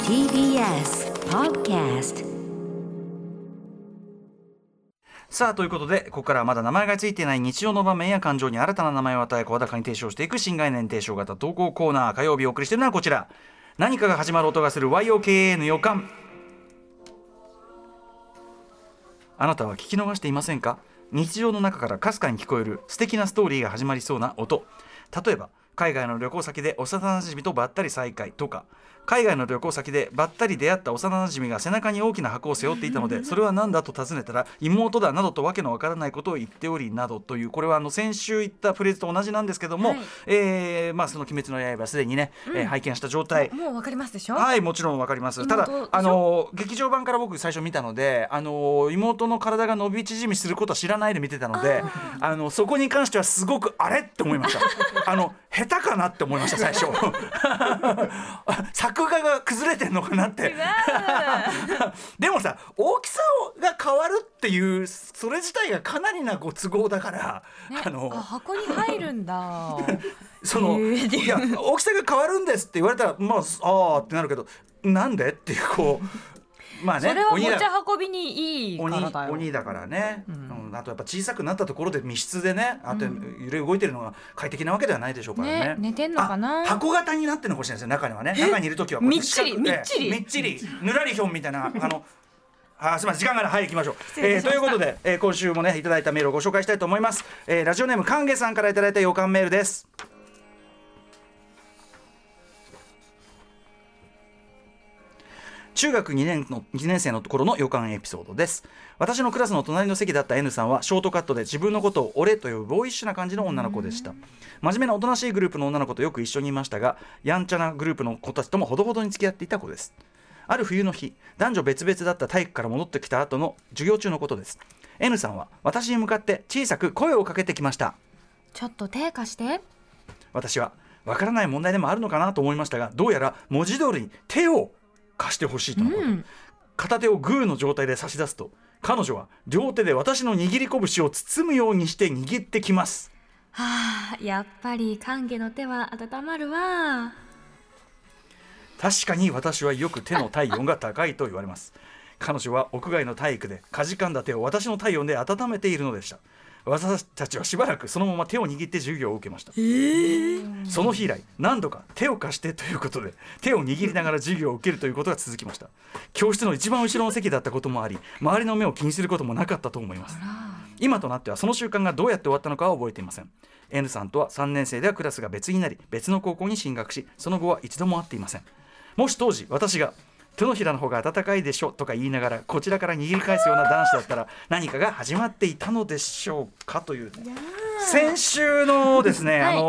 TBS Podcast。 さあということで、ここからはまだ名前がついていない日常の場面や感情に新たな名前を与え声高に提唱していく新概念提唱型投稿コーナー。火曜日お送りしているのはこちら、何かが始まる音がする YOKA の予感。あなたは聞き逃していませんか？日常の中からかすかに聞こえる素敵なストーリーが始まりそうな音。例えば海外の旅行先で幼なじみとばったり再会とか、海外の旅行先でばったり出会った幼なじみが背中に大きな箱を背負っていたので、それは何だと尋ねたら妹だなどとわけのわからないことを言っておりなどという、これは先週言ったフレーズと同じなんですけども、 はい、 その鬼滅の刃すでにね、拝見した状態。 もうわかりますでしょ？ はい、もちろんわかります。ただ劇場版から僕最初見たので、妹の体が伸び縮みすることは知らないで見てたので、そこに関してはすごくあれって思いました下手かなって思いました最初作画が崩れてんのかなってでもさ、大きさが変わるっていうそれ自体がかなりなご都合だから、 ね、箱に入るんだいや大きさが変わるんですって言われたら、まああってなるけど、なんでっていうこうまあね、 それは持ち運びにいいからだよ。 鬼だからね、あとやっぱ小さくなったところで密室でね、あと揺れ動いてるのが快適なわけではないでしょうからね。 寝てんのかな。 箱型になってるのかもしれないですよ、中にはね。中にいるときはみっちりみっちりぬらりひょんみたいなすみません、時間がない。はい、行きましょう。ということで、今週もねいただいたメールをご紹介したいと思います。ラジオネームかんげさんからいただいた予感メールです。中学2年生の頃の予感エピソードです。私のクラスの隣の席だった N さんはショートカットで自分のことを俺というボーイッシュな感じの女の子でした。真面目なおとなしいグループの女の子とよく一緒にいましたが、やんちゃなグループの子たちともほどほどに付き合っていた子です。ある冬の日、男女別々だった体育から戻ってきた後の授業中のことです。 N さんは私に向かって小さく声をかけてきました。 ちょっと手貸して。 私はわからない問題でもあるのかなと思いましたが、どうやら文字通りに手を貸してほしいとのこと、片手をグーの状態で差し出すと、彼女は両手で私の握り拳を包むようにして握ってきます。 はあ、やっぱり歓迎の手は温まるわ。 確かに私はよく手の体温が高いと言われます。彼女は屋外の体育でかじかんだ手を私の体温で温めているのでした。私たちはしばらくそのまま手を握って授業を受けました。その日以来何度か手を貸してということで手を握りながら授業を受けるということが続きました。教室の一番後ろの席だったこともあり、周りの目を気にすることもなかったと思います。今となってはその習慣がどうやって終わったのかは覚えていません。 N さんとは3年生ではクラスが別になり、別の高校に進学し、その後は一度も会っていません。もし当時私が手のひらの方が温かいでしょとか言いながらこちらから握り返すような男子だったら何かが始まっていたのでしょうかという、先週のですね、 はい、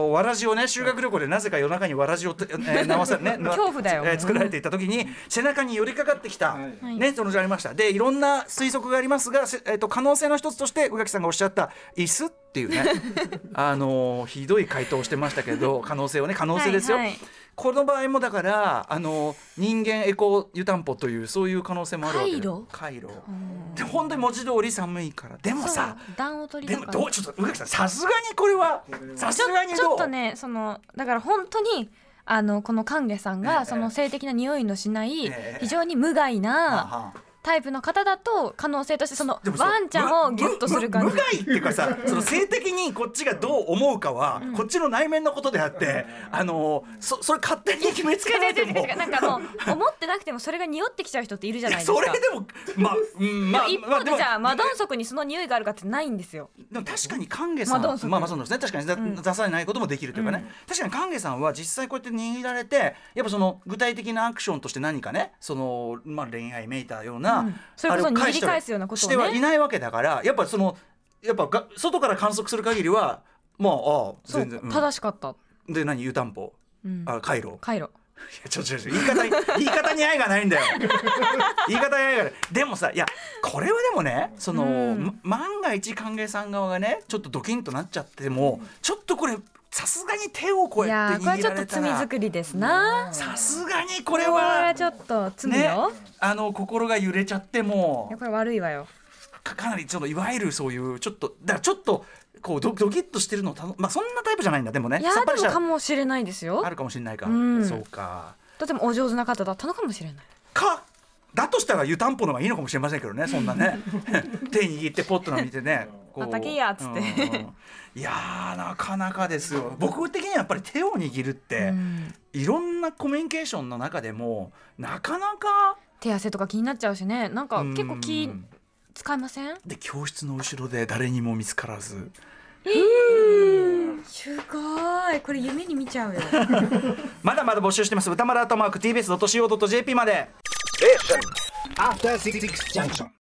わらじをね、修学旅行でなぜか夜中にわらじを、直さね恐怖だよ、 作られていた時に背中に寄りかかってきた、ね、その字ありました。でいろんな推測がありますが、可能性の一つとして宇垣さんがおっしゃった椅子っていうねひどい回答をしてましたけど、可能性をね、可能性ですよ、この場合もだから人間エコ湯たんぽというそういう可能性もあるわけで、回路で本当に文字通り寒いから。でもさ、 暖を取りだから、 でもちょっと宇垣さん、さすがにこれはさすがにどうちょっとね、だから本当にこの歓迎さんがその性的な匂いのしない非常に無害なタイプの方だと、可能性としてそのワンちゃんをギュッとする感じ。 無害っていうかさ、その性的にこっちがどう思うかは、こっちの内面のことであって、それ勝手に決めつけないでもなんかもう思ってなくてもそれが匂ってきちゃう人っているじゃないですか。 それでも一方でじゃあマドンソクにその匂いがあるかってないんですよ。 でも確かに歓迎さんそうですね、確かに出さないこともできるというかね、確かに歓迎さんは実際こうやって握られて、やっぱその具体的なアクションとして何かね、恋愛めいたような、 それこそ握り返すようなことをねしてはいないわけだから、やっぱ外から観測する限りは全然正しかった。 で湯たんぽ、回路いやちょ言い方に愛がないんだよ言い方に愛がない。でもさ、いやこれはでもね、万が一歓迎さん側がねちょっとドキンとなっちゃっても、ちょっとこれさすがに手をこうやって握られたら、 いやこれはちょっと罪作りですな。 さすがにこれはちょっと罪よ、 ね、心が揺れちゃっても、 いやこれ悪いわよ。 かなりちょっといわゆるそういうちょっとこうドキッとしてるのそんなタイプじゃないんだ。でもね、 いやさっぱりしたでもかもしれないですよ。 あるかもしれないか、そうか。 とてもお上手な方だったのかもしれないだとしたら湯たんぽの方がいいのかもしれませんけどね、そんなね手握ってポットの見てねこう竹やっつって、 いやーなかなかですよ。僕的にはやっぱり手を握るって、いろんなコミュニケーションの中でもなかなか手汗とか気になっちゃうしね、なんか結構気使いません？ で教室の後ろで誰にも見つからずすごい、これ夢に見ちゃうよまだまだ募集してます。歌丸@tbs.co.jp まで。After 66 junction